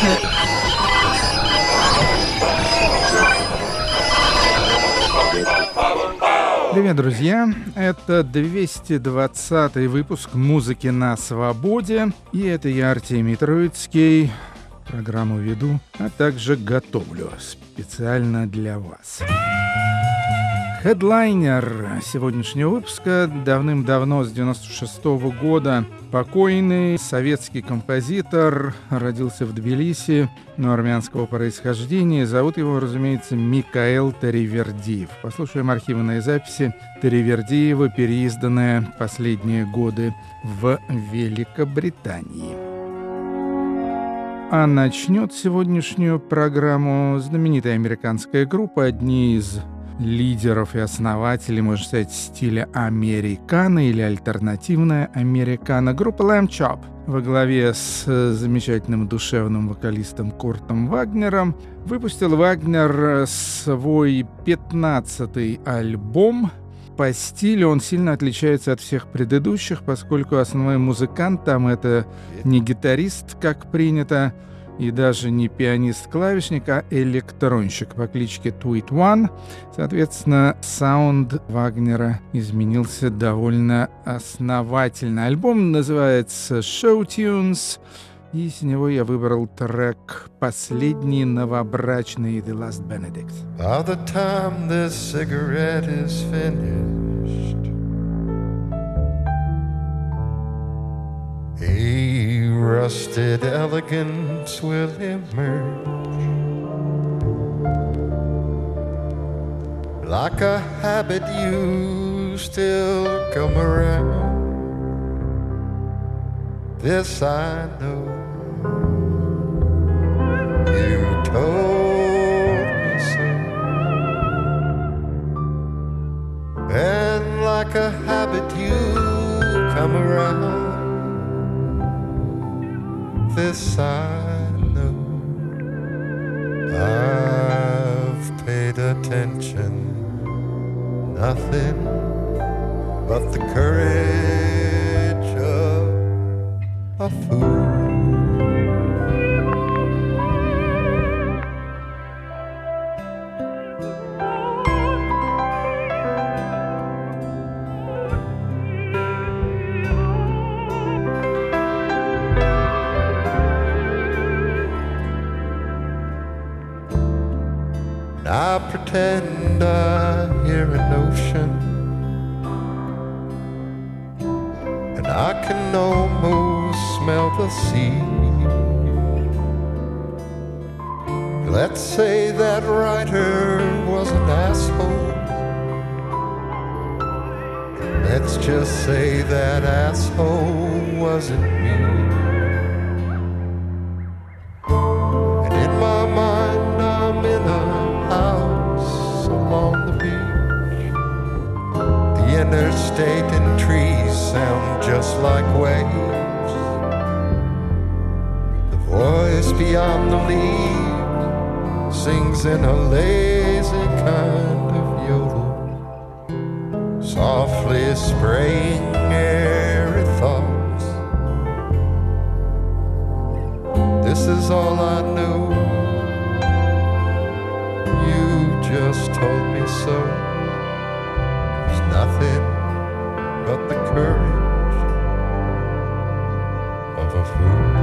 Привет, друзья! Это 220-й выпуск «Музыки на свободе». И это я, Артемий Троицкий. Программу веду, а также готовлю специально для вас. Хедлайнер сегодняшнего выпуска давным-давно, с 96-го года, покойный советский композитор, родился в Тбилиси, но армянского происхождения. Зовут его, разумеется, Микаэл Таривердиев. Послушаем архивные записи Таривердиева, переизданные последние годы в Великобритании. А начнет сегодняшнюю программу знаменитая американская группа, одни из лидеров и основателей, можно сказать, стиля американо или альтернативная американо, группа Lamb Chop во главе с замечательным душевным вокалистом Куртом Вагнером. Выпустил Вагнер свой 15-й альбом. По стилю он сильно отличается от всех предыдущих, поскольку основной музыкант там это не гитарист, как принято, и даже не пианист-клавишник, а электронщик по кличке Tweet One. Соответственно, саунд Вагнера изменился довольно основательно. Альбом называется Show Tunes, и с него я выбрал трек «Последний новобрачный» The Last Benedict. By the time this cigarette is finished, a rusted elegance will emerge, like a habit you still come around. This I know, you told me so, and like a habit you come around. This I know, I've paid attention, nothing but the courage of a fool. I pretend I hear an ocean, and I can almost smell the sea. Let's say that writer was an asshole. Let's just say that asshole wasn't me. And in my mind I'm in a house along the beach. The interstate and trees sound just like waves. The voice beyond the leaves sings in a lazy kind of yodel, softly spraying airy thoughts. This is all I know, just told me so. There's nothing but the courage of a fool.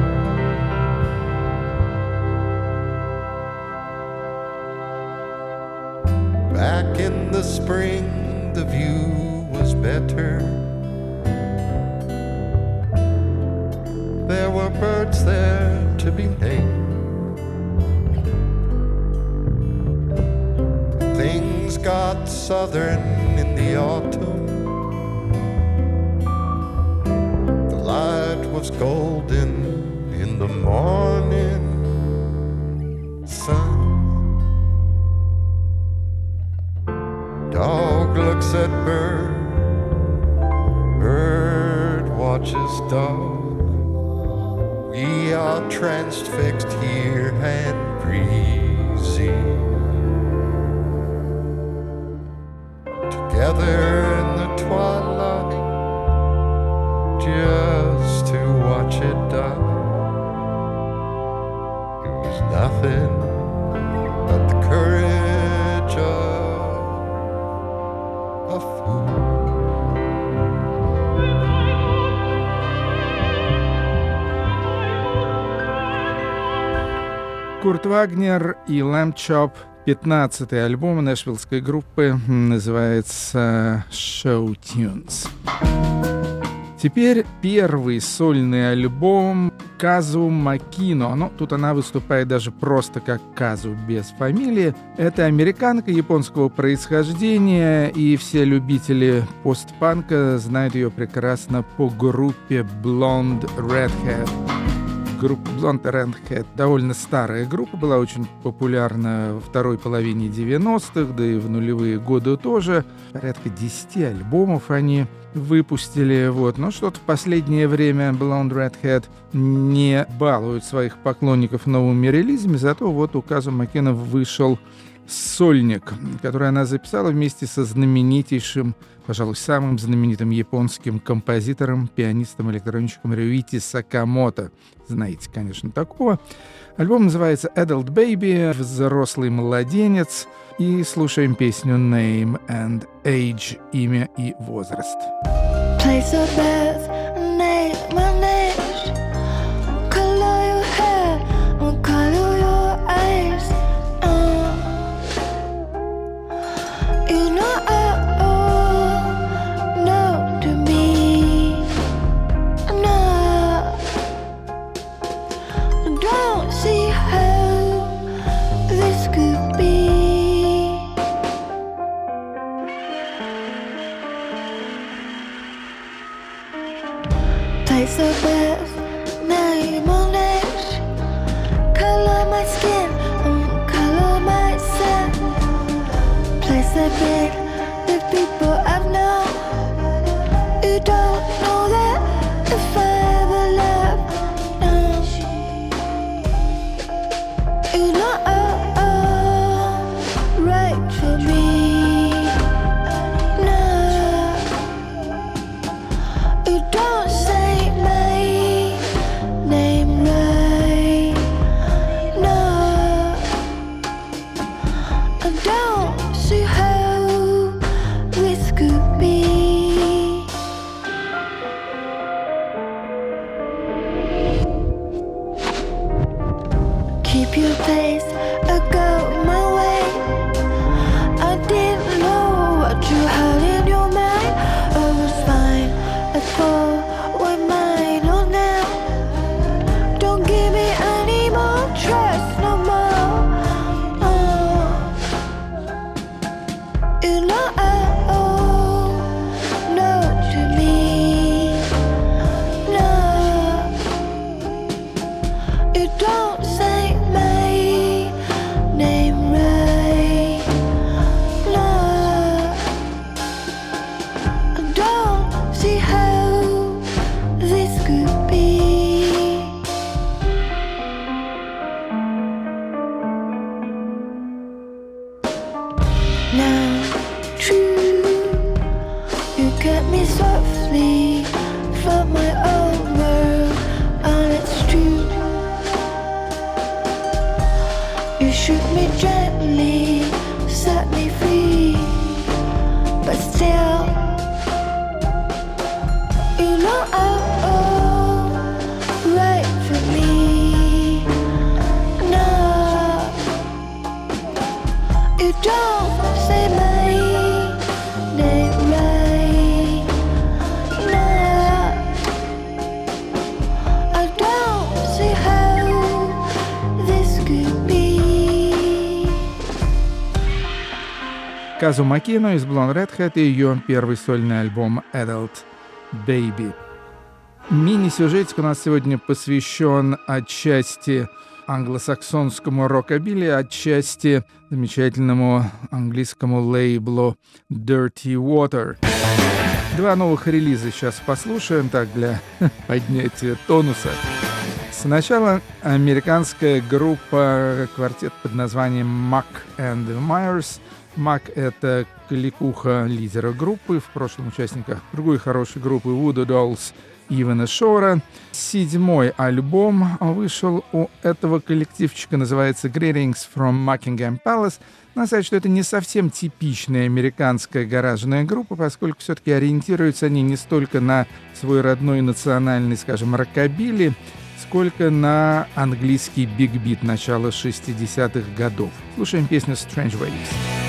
Back in the spring, the view was better. There were birds there to be named. Got southern in the autumn. The light was golden in the morning sun. Dog looks at bird, bird watches dog. We are transfixed here and breezy, together in the twilight, just to watch it die. is nothing but the courage of a fool. Курт Вагнер и Lamb Chop, 15-й альбом нэшвиллской группы, называется Show Tunes. Теперь первый сольный альбом Казу Макино. Ну, тут она выступает даже просто как Казу, без фамилии. Это американка японского происхождения, и все любители постпанка знают ее прекрасно по группе Blonde Redhead. Группа Blonde Redhead довольно старая группа, была очень популярна во второй половине 90-х, да и в нулевые годы тоже. Порядка 10 альбомов они выпустили. Но что-то в последнее время Blonde Redhead не балуют своих поклонников новыми релизами, зато у Казу Макино вышел сольник, который она записала вместе со знаменитейшим, пожалуй, самым знаменитым японским композитором, пианистом, электронщиком Рюити Сакамото. Знаете, конечно, такого. Альбом называется Adult Baby, взрослый младенец, и слушаем песню Name and Age, имя и возраст. Place of birth, name and age, color your hair, or color your eyes. You know no to me, no. Don't see how this could be. Place of birth, name and age, color my skin, color my skin. Place of birth, the people I've known. You don't know that if I ever loved, no. You know right for me, no. You don't say my name right, no. I don't see how this could be. Keep your place, I go my way. I didn't know what you had in your mind. I was fine, I thought we're mine on now. Don't give me any more trust no more. You know no to me, no. You don't say my name right, no. I don't see how this could be. Now, true, you get me softly from my own world, and it's true. You shoot me gently, set me free, but still, you know right for me, no. You don't say my name right, no. I don't see how this could be. Казу Макино из Blonde Redhead и ее первый сольный альбом Adult Baby. Мини-сюжетик у нас сегодня посвящен отчасти англосаксонскому рокобили, отчасти замечательному английскому лейблу Dirty Water. Два новых релиза сейчас послушаем, так, для поднятия тонуса. Сначала американская группа, квартет под названием Mack and Myers. Mack — это кликуха лидера группы, в прошлом участника другой хорошей группы Voodoo Dolls Ивана Шора. 7-й альбом вышел у этого коллективчика, называется «Greetings from Buckingham Palace». Надо сказать, что это не совсем типичная американская гаражная группа, поскольку все-таки ориентируются они не столько на свой родной национальный, скажем, рокобили, сколько на английский биг-бит начала 60-х годов. Слушаем песню «Strange Ways».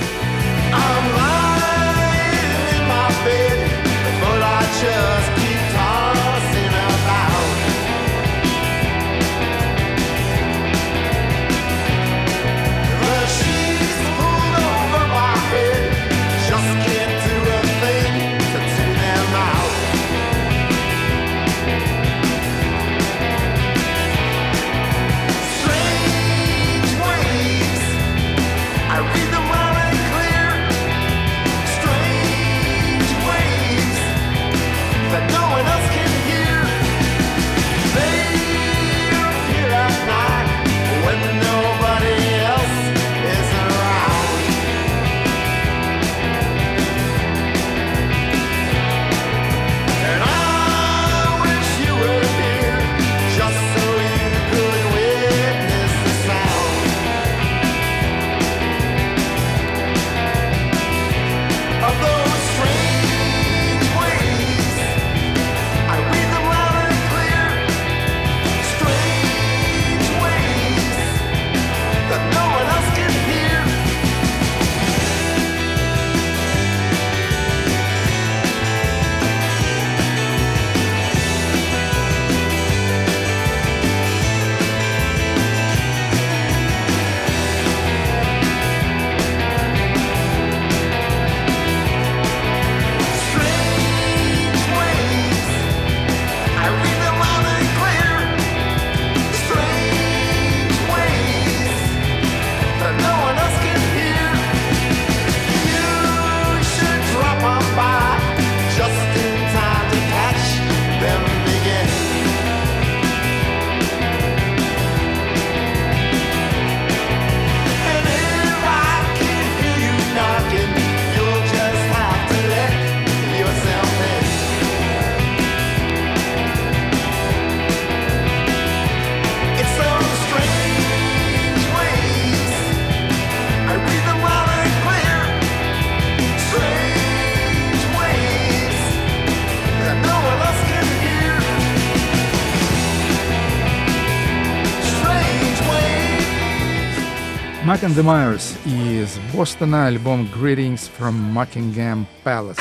Mac and the Myers из Бостона, альбом «Greetings from Buckingham Palace».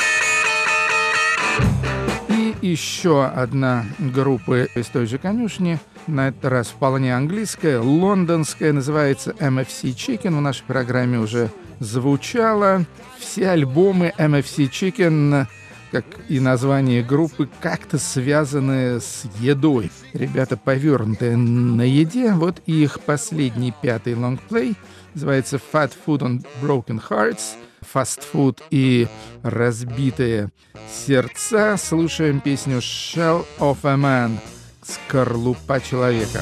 И еще одна группа из той же конюшни, на этот раз вполне английская, лондонская, называется MFC Chicken. В нашей программе уже звучало. Все альбомы MFC Chicken, как и название группы, как-то связаны с едой. Ребята повернутые на еде. Вот и их последний 5-й лонгплей называется «Fat Food on Broken Hearts». Фастфуд и разбитые сердца. Слушаем песню «Shell of a Man» — «Скорлупа человека».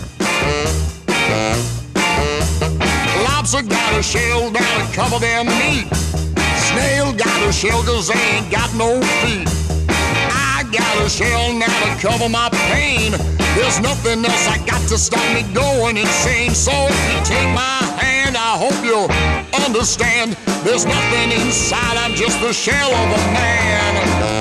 Lobster got a shell that'll cover their meat. Snail got a shell 'cause they ain't got no feet. I got a shell now to cover my pain. There's nothing else I got to stop me going insane. So if you take my hand, I hope you'll understand. There's nothing inside, I'm just the shell of a man.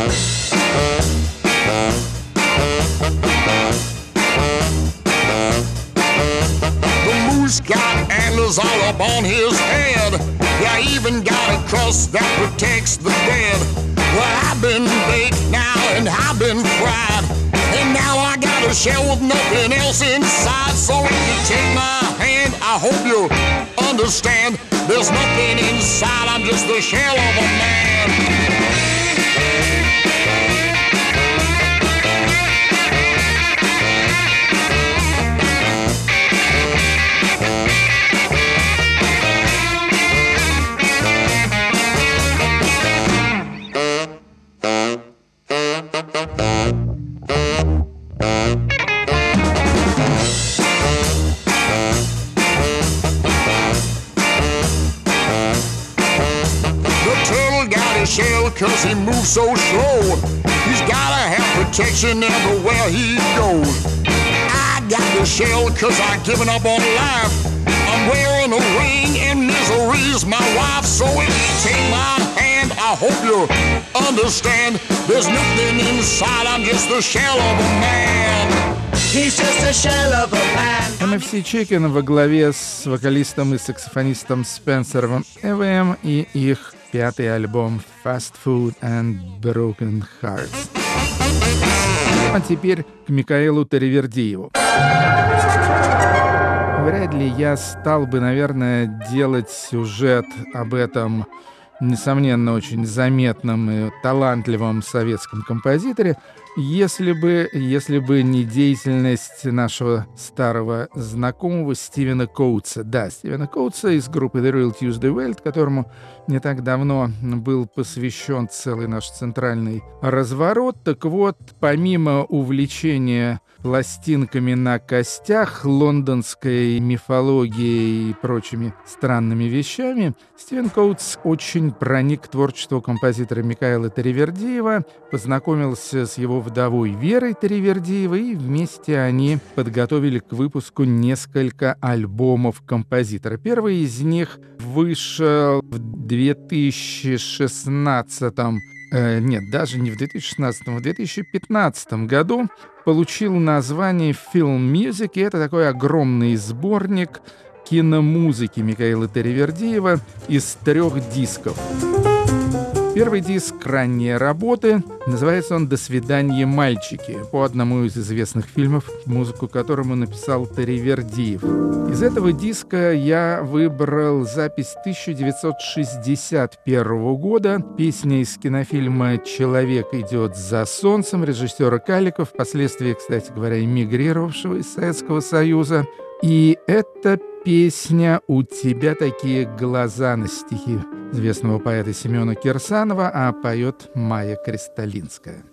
The moose got antlers all up on his head. Yeah, even got a crust that protects the dead. Well, I've been baked now and I've been fried, and now I got a shell with nothing else inside. So if you take my hand, I hope you understand. There's nothing inside, I'm just the shell of a man. Shell 'cause he moves so slow. He's gotta have protection everywhere he goes. I got the shell 'cause I've given up on life. I'm wearing a ring and misery's my wife. So if you take my hand, I hope you understand. There's nothing inside, I'm just the shell of a man. He's just a shell of a man. MFC Chicken во главе с вокалистом и саксофонистом Спенсером Эвэем и их пятый альбом Fast Food and Broken Hearts. А теперь к Микаэлу Таривердиеву. Вряд ли я стал бы, наверное, делать сюжет об этом, несомненно, очень заметном и талантливом советском композиторе, если бы не деятельность нашего старого знакомого Стивена Коутса. Да, Стивена Коутса из группы The Real Tuesday Welt, которому не так давно был посвящен целый наш центральный разворот. Так вот, помимо увлечения пластинками на костях, лондонской мифологией и прочими странными вещами, Стивен Коутс очень проник в творчество композитора Микаэла Таривердиева, познакомился с его вдовой Верой Таривердиевой, и вместе они подготовили к выпуску несколько альбомов композитора. Первый из них вышел в 2016 нет, даже не в 2016, в 2015 году, получил название Film Music, и это такой огромный сборник киномузыки Микаэла Таривердиева из 3 дисков. Первый диск — ранние работы. Называется он «До свидания, мальчики», по одному из известных фильмов, музыку которому написал Таривердиев. Из этого диска я выбрал запись 1961 года, песня из кинофильма «Человек идет за солнцем» режиссера Калика, впоследствии, кстати говоря, эмигрировавшего из Советского Союза. И это песня «У тебя такие глаза» на стихи известного поэта Семена Кирсанова, а поет Майя Кристалинская.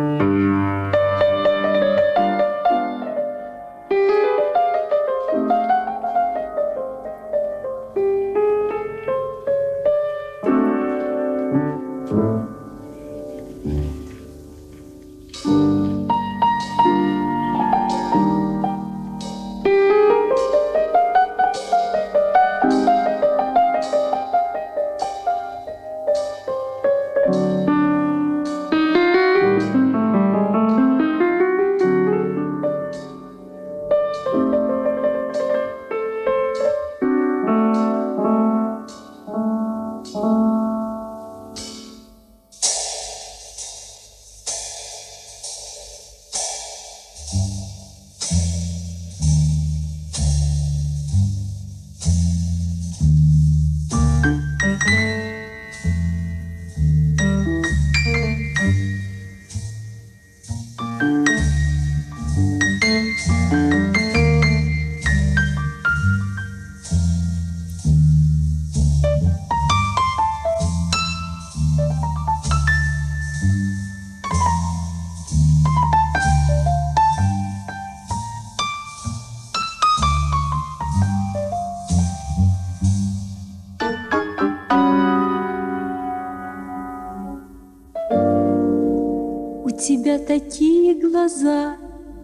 У тебя такие глаза,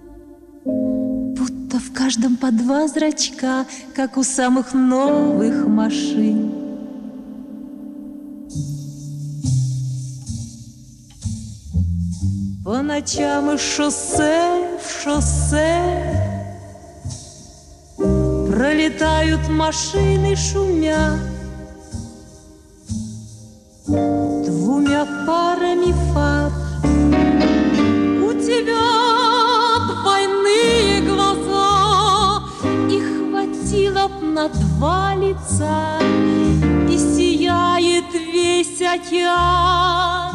будто в каждом по 2 зрачка, как у самых новых машин. По ночам из шоссе в шоссе пролетают машины, шумя 2 парами фар. У тебя двойные глаза, и хватило б на 2 лица, и сияет весь океан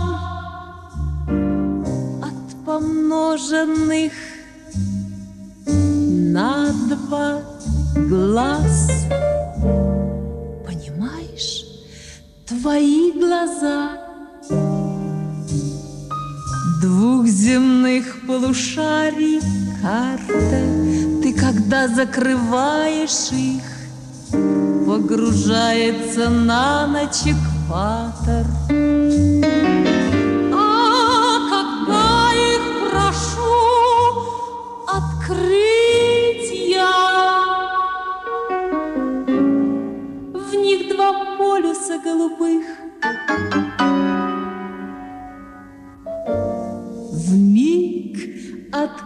от помноженных на 2 глаз. Понимаешь, твои глаза 2 земных полушарий карта. Ты, когда закрываешь их, погружается на ночь экватор. А когда их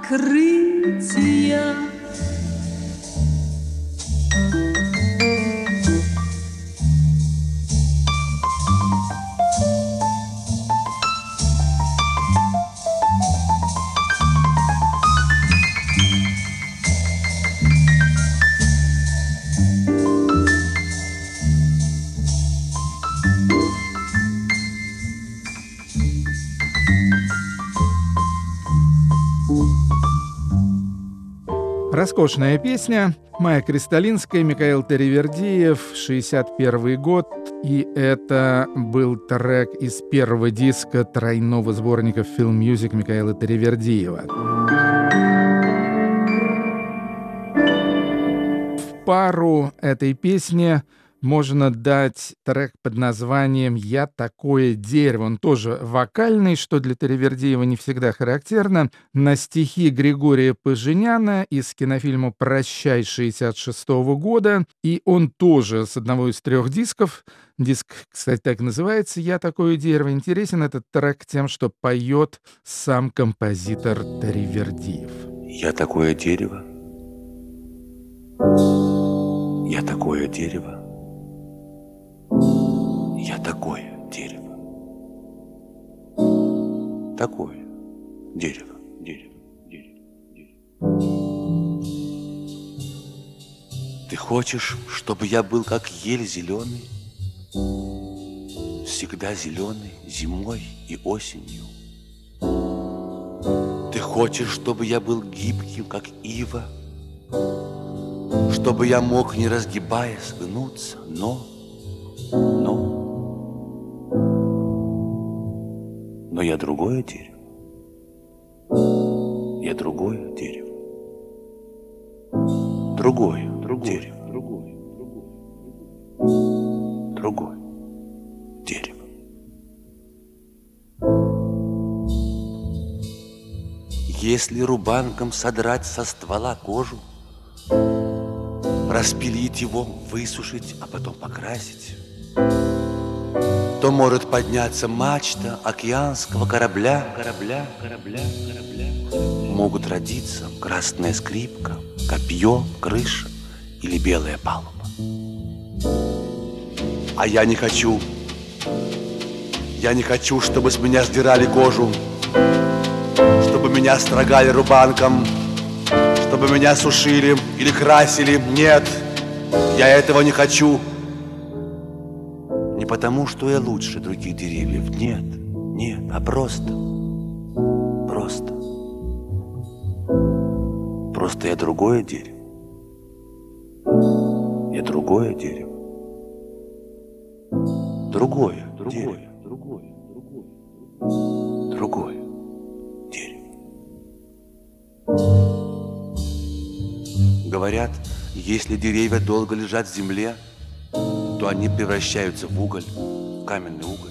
открытия. Роскошная песня. Майя Кристалинская, Микаэл Таривердиев, 61 год. И это был трек из первого диска тройного сборника Film Music Микаэла Таривердиева. В пару этой песни можно дать трек под названием «Я такое дерево». Он тоже вокальный, что для Таривердиева не всегда характерно. На стихи Григория Поженяна из кинофильма «Прощай» 1966 года. И он тоже с одного из 3 дисков. Диск, кстати, так называется «Я такое дерево». Интересен этот трек тем, что поет сам композитор Таривердиев. Я такое дерево. Я такое дерево. Я такое дерево. Такое дерево, дерево, дерево, дерево. Ты хочешь, чтобы я был как ель зеленый, всегда зеленый зимой и осенью. Ты хочешь, чтобы я был гибким, как ива, чтобы я мог, не разгибаясь, гнуться, но я другое дерево. Я другое дерево. Другое дерево. Другое дерево. Если рубанком содрать со ствола кожу, распилить его, высушить, а потом покрасить, то может подняться мачта океанского корабля. Могут родиться красная скрипка, копье, крыша или белая палуба. А я не хочу, чтобы с меня сдирали кожу, чтобы меня строгали рубанком, чтобы меня сушили или красили. Нет, я этого не хочу. Не потому, что я лучше других деревьев. Нет, а просто я другое дерево. Я другое дерево. Другое дерево. Говорят, если деревья долго лежат в земле, то они превращаются в уголь, в каменный уголь.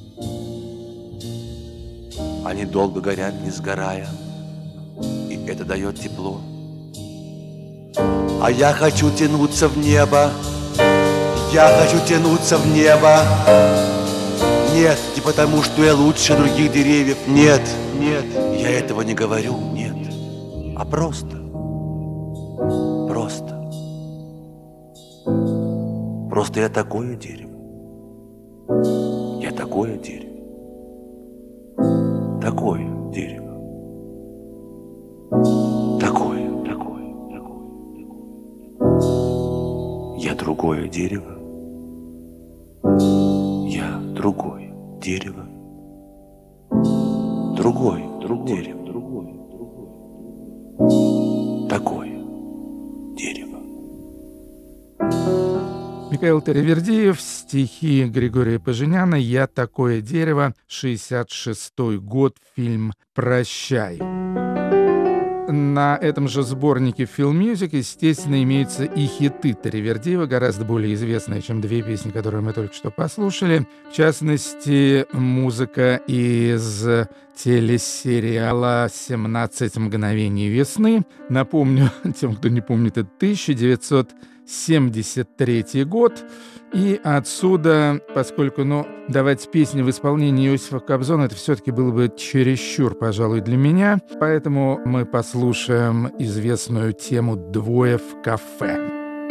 Они долго горят, не сгорая, и это дает тепло. А я хочу тянуться в небо, Нет, не потому, что я лучше других деревьев. Нет, я этого не говорю, нет. А просто я такое дерево. Я такое дерево. Такое дерево. Такое. Я другое дерево. Я другое дерево. Другое дерево. Такое дерево. Микаэл Таривердиев, стихи Григория Поженяна, «Я такое дерево», 66 год, фильм «Прощай». На этом же сборнике Film Music, естественно, имеются и хиты Таривердиева, гораздо более известные, чем 2 песни, которые мы только что послушали. В частности, музыка из телесериала «17 мгновений весны». Напомню, тем, кто не помнит, это 1970 1973 год. И отсюда, поскольку, давать песни в исполнении Иосифа Кобзона, это все-таки было бы чересчур, пожалуй, для меня. Поэтому мы послушаем известную тему «Двое в кафе».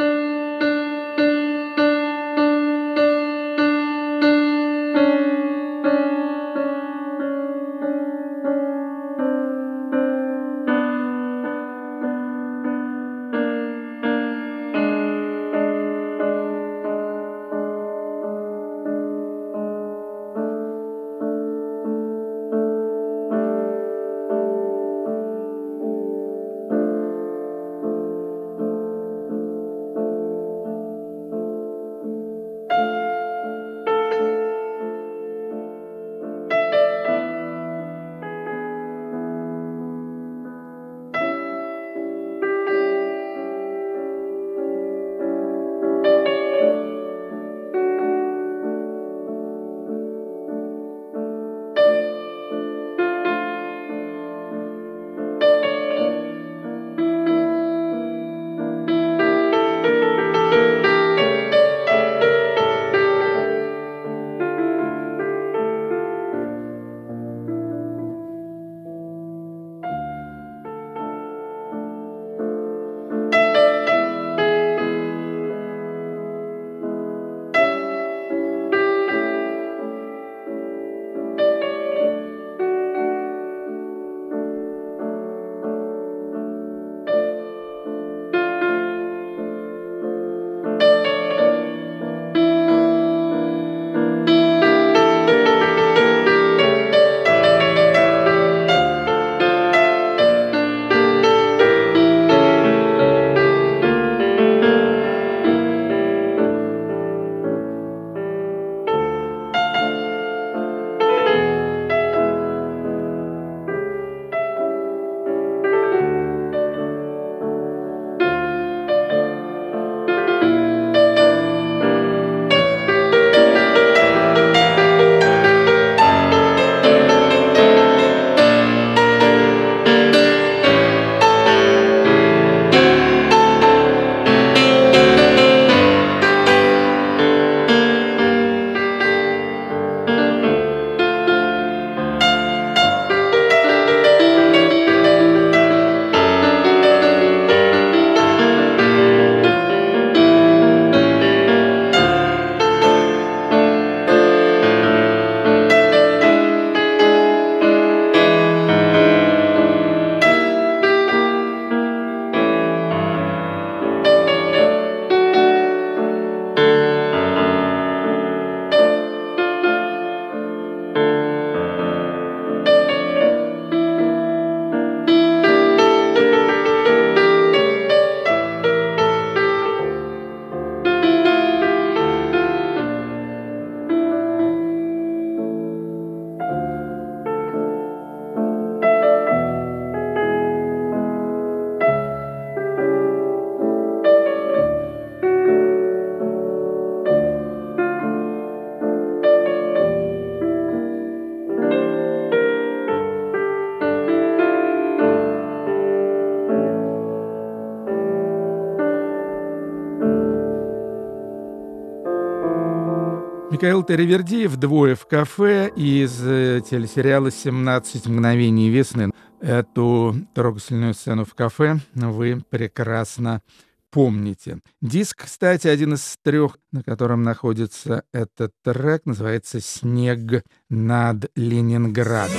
Микаэл Таривердиев «Двое в кафе» из телесериала «17 мгновений весны». Эту трогательную сцену в кафе вы прекрасно помните. Диск, кстати, один из 3, на котором находится этот трек, называется «Снег над Ленинградом».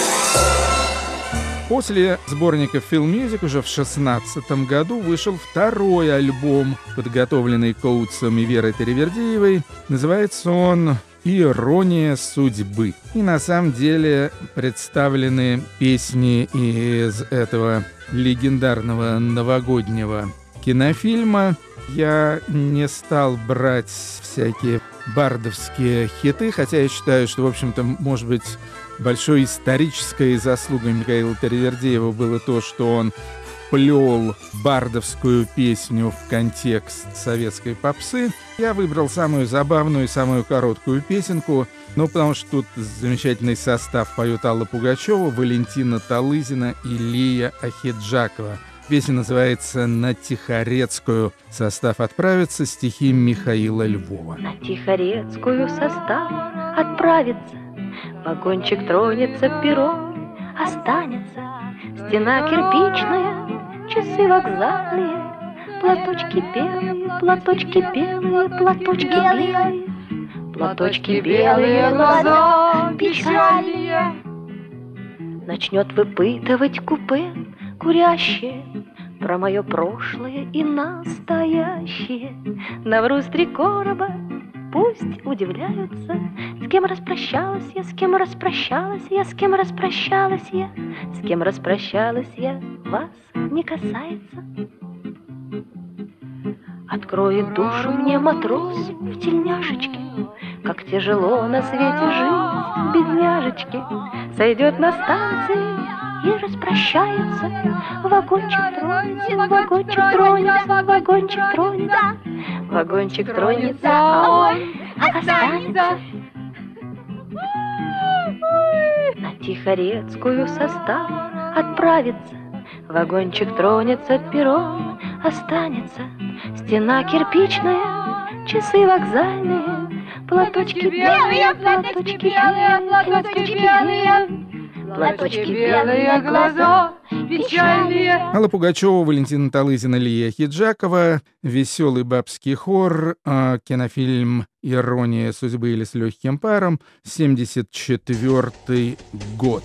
После сборника Film Music уже в 2016 году вышел второй альбом, подготовленный Коутсом и Верой Таривердиевой. Называется он «Ирония судьбы». И на самом деле представлены песни из этого легендарного новогоднего кинофильма. Я не стал брать всякие бардовские хиты, хотя я считаю, что, в общем-то, может быть, большой исторической заслугой Микаэла Таривердиева было то, что он вплел бардовскую песню в контекст советской попсы. Я выбрал самую забавную и самую короткую песенку, потому что тут замечательный состав: поют Алла Пугачева, Валентина Талызина и Лия Ахеджакова. Песня называется «На Тихорецкую». Состав отправится, стихи Михаила Львова. На Тихорецкую состав отправится, вагончик тронется, перрон останется, стена кирпичная, часы вокзальные, платочки белые, платочки белые, платочки белые, платочки белые, глаза печальные. Начнет выпытывать купе курящее про мое прошлое и настоящее. Навру с 3 короба, пусть удивляются, с кем распрощалась я, с кем распрощалась я, с кем распрощалась я, с кем распрощалась я, вас не касается. Откроет душу мне матрос в тельняшечке, как тяжело на свете жить, бедняжечки. Сойдет на станции и распрощается, вагончик тронется, вагончик тронется, вагончик тронется, вагончик тронется, а он останется. На Тихорецкую состав отправится, вагончик тронется, перрон останется, стена кирпичная, часы вокзальные, платочки белые, платочки белые, платочки белые, платочки белые, глаза печальные. Алла Пугачева, Валентина Талызина, Лия Хиджакова, веселый бабский хор, кинофильм «Ирония судьбы» или «С легким паром», 1974 год.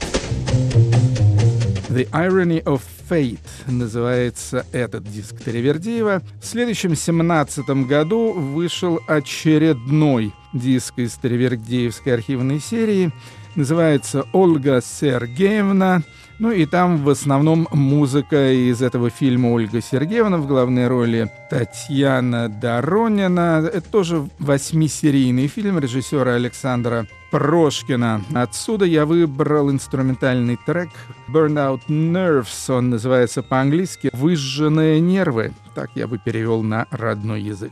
«The Irony of Fate» называется этот диск Таривердиева. В следующем 2017 году вышел очередной диск из Таривердиевской архивной серии. Называется «Ольга Сергеевна». Ну и там в основном музыка из этого фильма «Ольга Сергеевна», в главной роли Татьяна Доронина. Это тоже 8-серийный фильм режиссера Александра Прошкина. Отсюда я выбрал инструментальный трек «Burnout Nerves». Он называется по-английски «Выжженные нервы». Так я бы перевел на родной язык.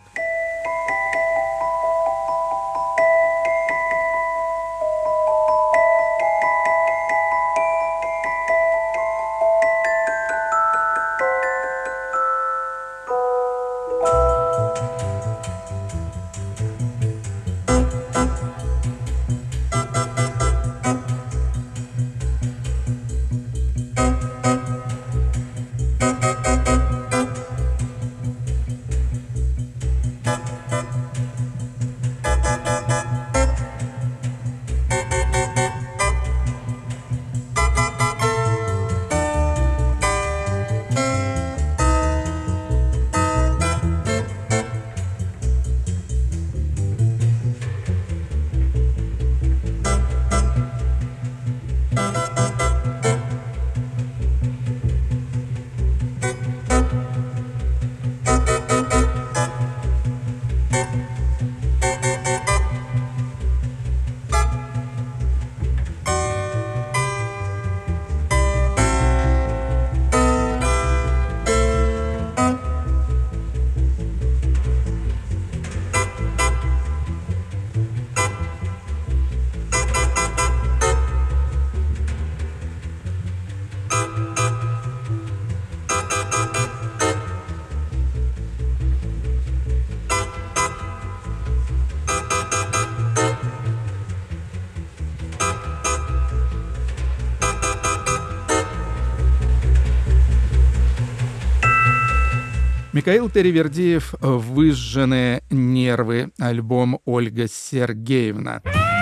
Михаил Таривердиев, «Выжженные нервы», альбом «Ольга Сергеевна».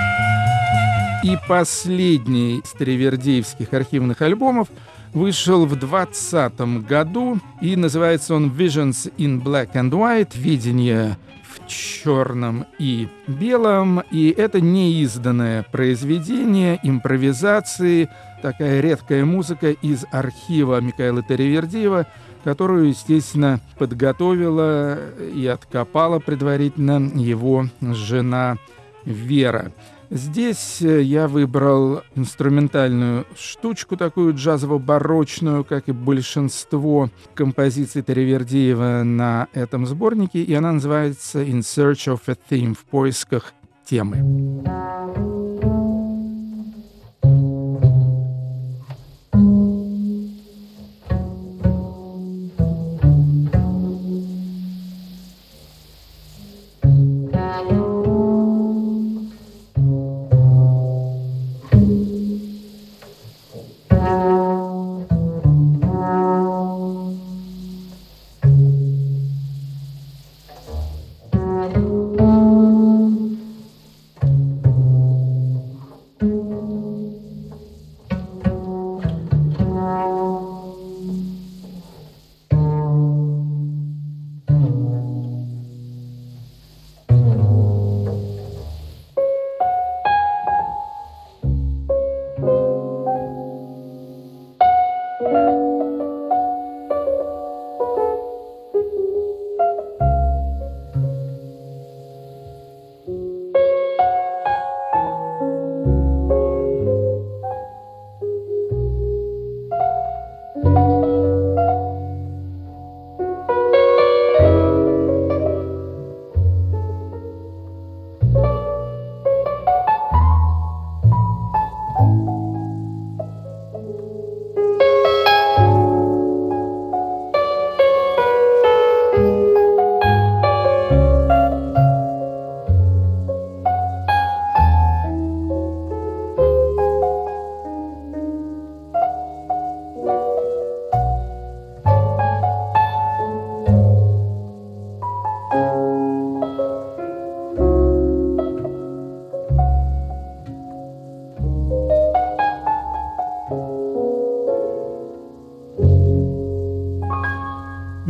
И последний из таривердиевских архивных альбомов вышел в 2020 году, и называется он «Visions in Black and White», «Видение в черном и белом», и это неизданное произведение импровизации, такая редкая музыка из архива Михаила Таривердиева, которую, естественно, подготовила и откопала предварительно его жена Вера. Здесь я выбрал инструментальную штучку, такую джазово-барочную, как и большинство композиций Таривердиева на этом сборнике, и она называется «In Search of a Theme», в поисках темы.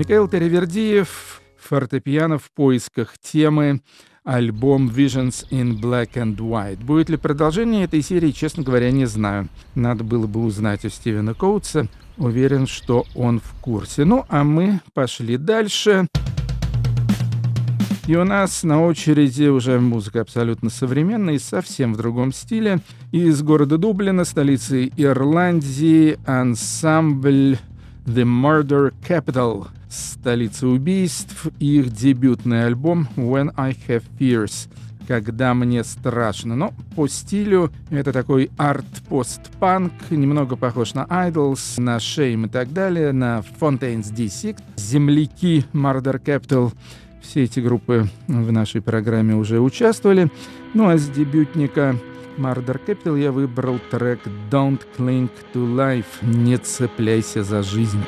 Михаил Таривердиев, фортепиано в поисках темы, альбом Visions in Black and White. Будет ли продолжение этой серии, честно говоря, не знаю. Надо было бы узнать у Стивена Коутса. Уверен, что он в курсе. Ну, а мы пошли дальше. И у нас на очереди уже музыка абсолютно современная и совсем в другом стиле. Из города Дублина, столицы Ирландии, ансамбль The Murder Capital, столица убийств, их дебютный альбом When I Have Fears, когда мне страшно. Но по стилю это такой арт-пост-панк, немного похож на Idols, на Shame и так далее, на Fontaines D6, земляки Murder Capital. Все эти группы в нашей программе уже участвовали. Ну а с дебютника Murder Capital я выбрал трек Don't Cling to Life, не цепляйся за жизнь.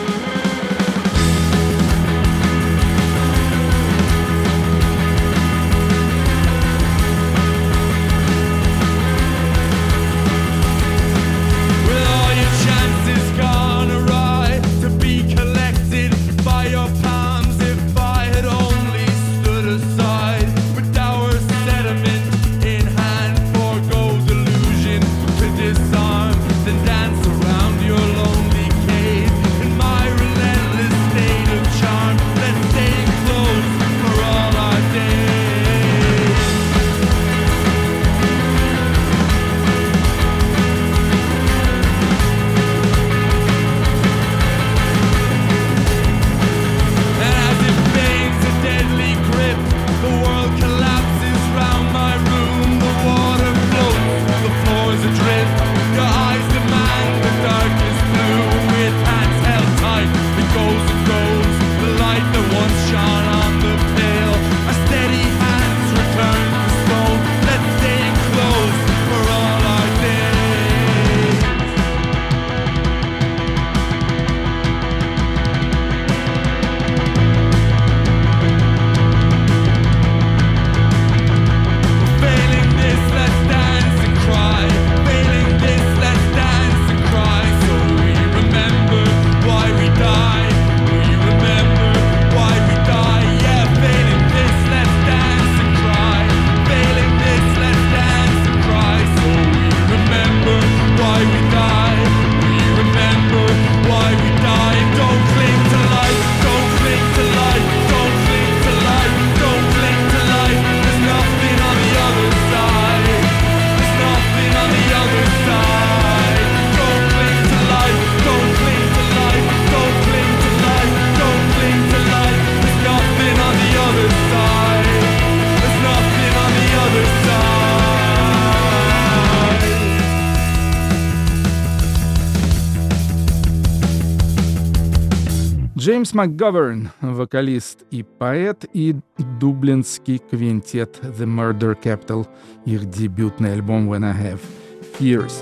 Джеймс МакГоверн, вокалист и поэт, и дублинский квинтет The Murder Capital, их дебютный альбом When I Have Fears.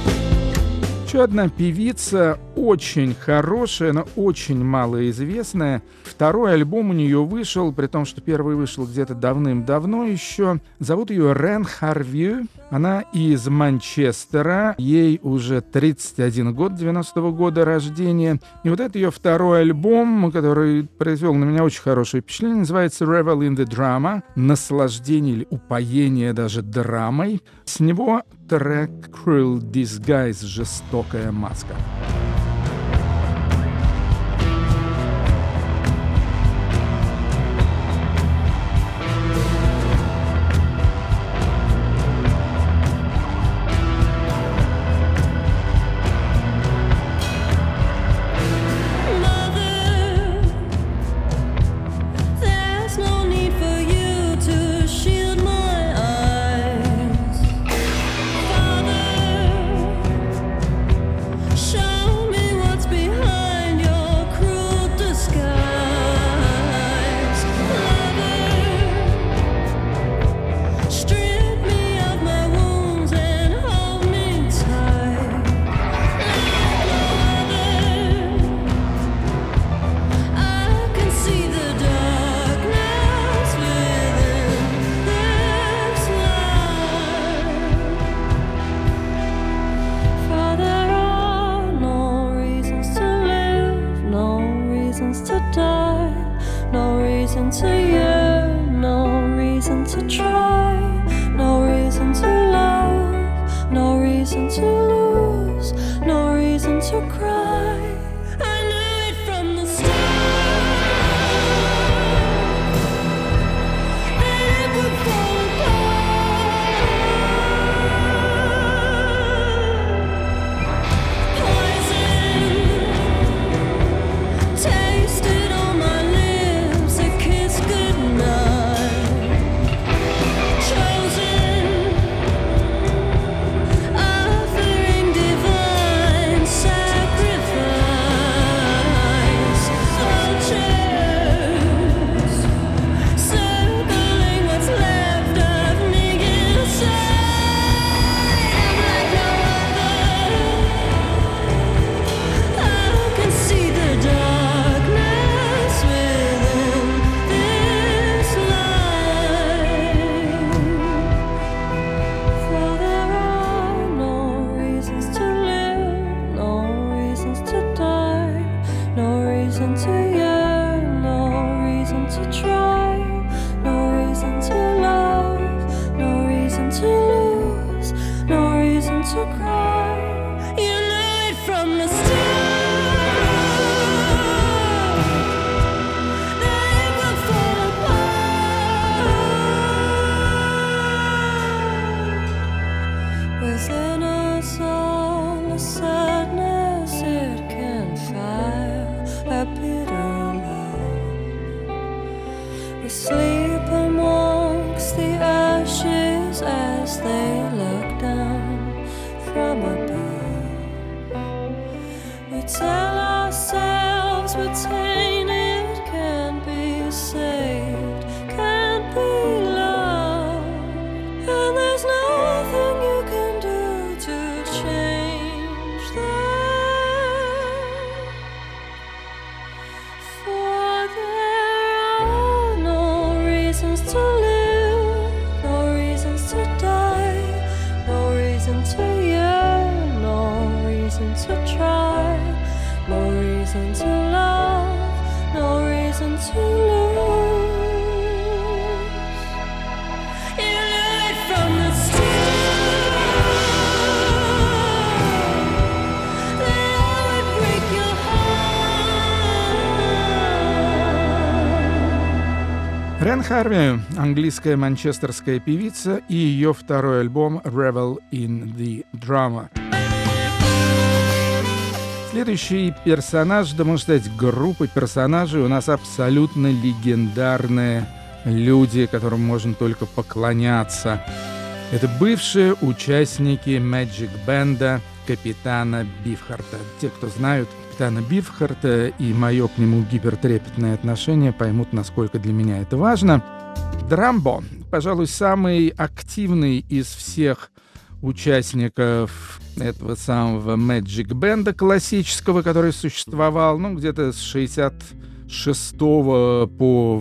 Еще одна певица, очень хорошая, но очень малоизвестная. Второй альбом у нее вышел, при том, что первый вышел где-то давным-давно еще. Зовут ее Рен Харви. Она из Манчестера. Ей уже 31 год, 90-го года рождения. И вот это ее второй альбом, который произвел на меня очень хорошее впечатление, называется Revel in the Drama. Наслаждение или упоение даже драмой. С него трек Cruel Disguise, жестокая маска. Show reason to yearn, no reason to try, no reason to love, no reason to lose, no reason to cry. I knew it from the start that it would fall apart. Poison tasted on my lips, a kiss goodnight. Chosen, offering divine sacrifice. Vultures circling what's left of me inside. I'm like no other. I can see the darkness within this light. For there are no reasons to live, no reasons to die, no reason to yearn, no reason to try, no reason to love, no reason to lose, no reason to cry. You knew it from the start that it would fall apart. Within us all a sadness it can fire, a bitter love. We sleep amongst the ashes as they look down from above. We tell ourselves we're tainted, can't be saved, can't be loved, and there's nothing you can do to change that. For there are no reasons to live, no reasons to die, no reason to yearn, no reason to try, no reason to love, no reason to lose. You knew it from the start that I would break your heart. Рен Харви, английская манчестерская певица, и ее второй альбом «Revel in the Drama». Следующий персонаж, да можно сказать, группа персонажей у нас абсолютно легендарные люди, которым можно только поклоняться. Это бывшие участники Magic Band'а Капитана Бифхарта. Те, кто знают Капитана Бифхарта и мое к нему гипертрепетное отношение, поймут, насколько для меня это важно. Драмбо, пожалуй, самый активный из всех участников этого самого Magic Band'а классического, который существовал, где-то с 66 по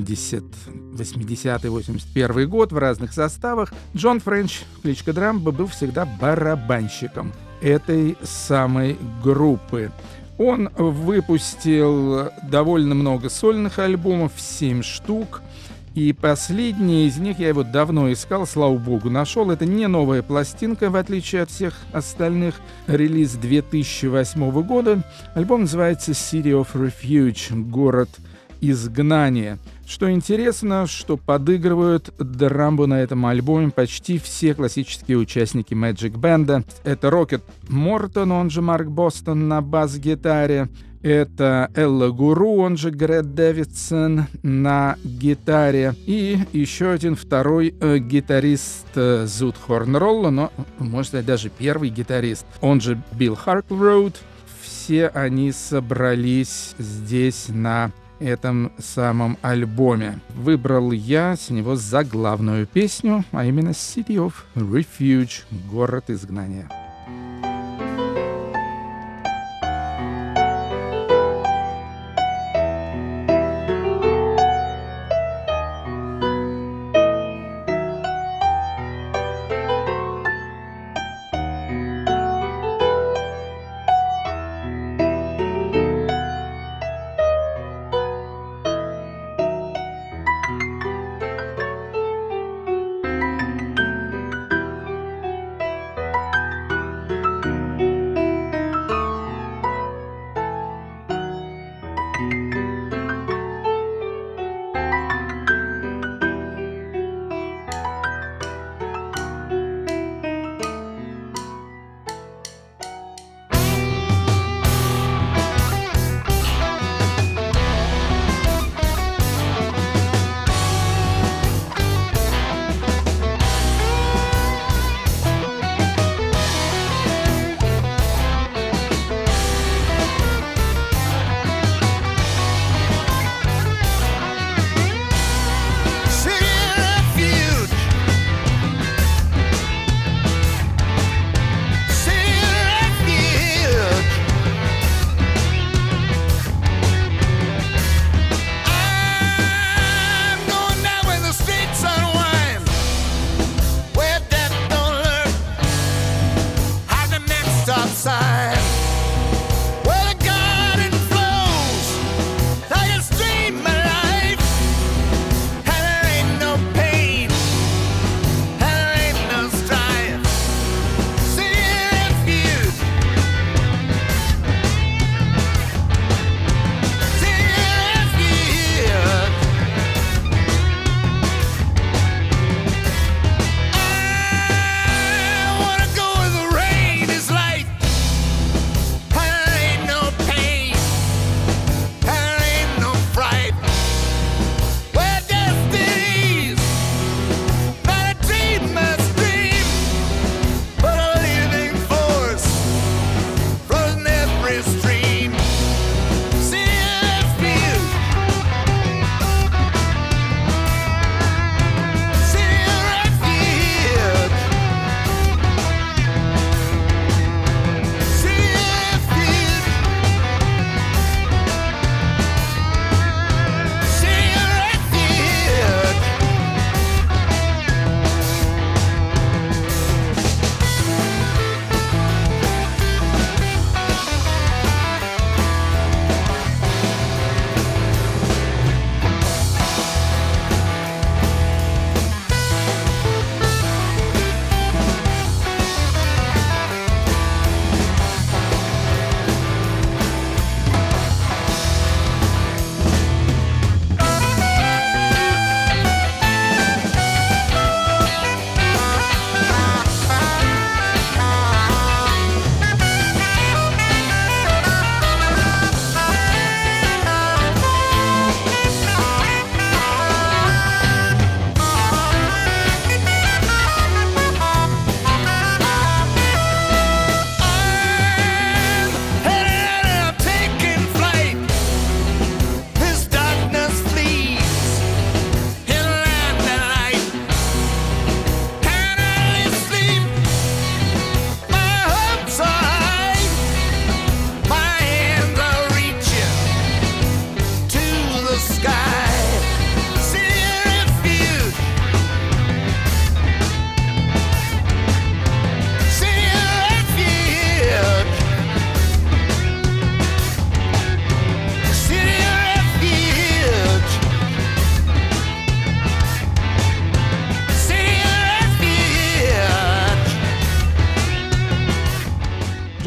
80-81 год в разных составах. Джон Френч, кличка Драмбо, был всегда барабанщиком этой самой группы. Он выпустил довольно много сольных альбомов, 7 штук. И последний из них, я его давно искал, слава богу, нашел. Это не новая пластинка, в отличие от всех остальных. Релиз 2008 года. Альбом называется City of Refuge, город изгнания. Что интересно, что подыгрывают Драмбо на этом альбоме почти все классические участники Magic Band'а. Это Рокет Мортон, он же Марк Бостон на бас-гитаре. Это Элла Гуру, он же Грэд Дэвидсон на гитаре. И еще один второй гитарист Зуд Хорнролла, но, можно сказать, даже первый гитарист, он же Билл Харклроуд. Все они собрались здесь на этом самом альбоме. Выбрал я с него заглавную песню, а именно City of Refuge, город изгнания.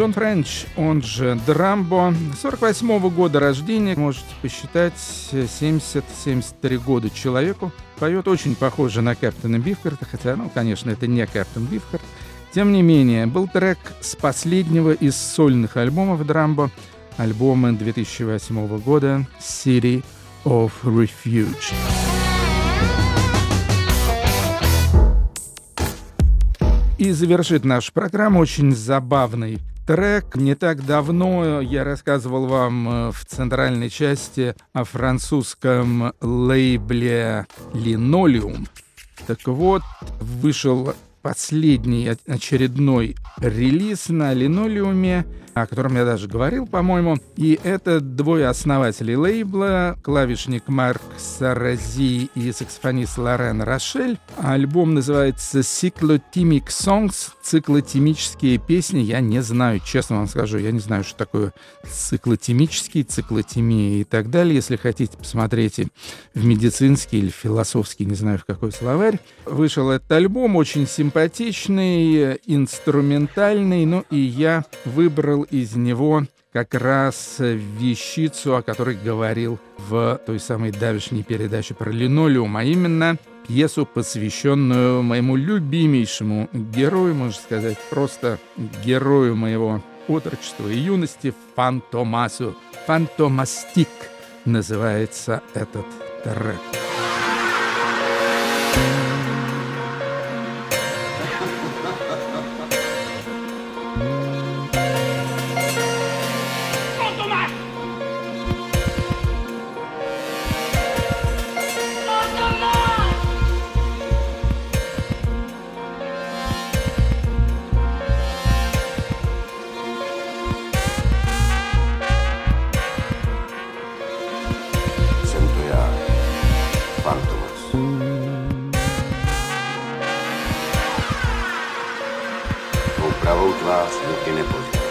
Джон Френч, он же Драмбо, 48-го года рождения, можете посчитать, 70-73 года человеку. Поет очень похоже на Кэптона Бифхарта, хотя, конечно, это не Кэптон Бифхарт. Тем не менее, был трек с последнего из сольных альбомов Драмбо, альбома 2008 года «City of Refuge». И завершит нашу программу очень забавный трек. Не так давно я рассказывал вам в центральной части о французском лейбле «Линолеум». Так вот, вышел последний очередной релиз на «Линолеуме», о котором я даже говорил, по-моему. И это двое основателей лейбла, клавишник Марк Сарази и саксофонист Лорен Рошель. Альбом называется «Cyclotimic Songs», циклотимические песни. Я не знаю, честно вам скажу, я не знаю, что такое циклотимический, циклотимия и так далее. Если хотите, посмотрите в медицинский или философский, не знаю, в какой словарь. Вышел этот альбом, очень симпатичный, инструментальный, и я выбрал из него как раз вещицу, о которой говорил в той самой давешней передаче про «Линолеум», а именно пьесу, посвященную моему любимейшему герою, можно сказать, просто герою моего отрочества и юности, Фантомасу. «Фантомастик» называется этот трек. Pravou tvář ruky nepozdě.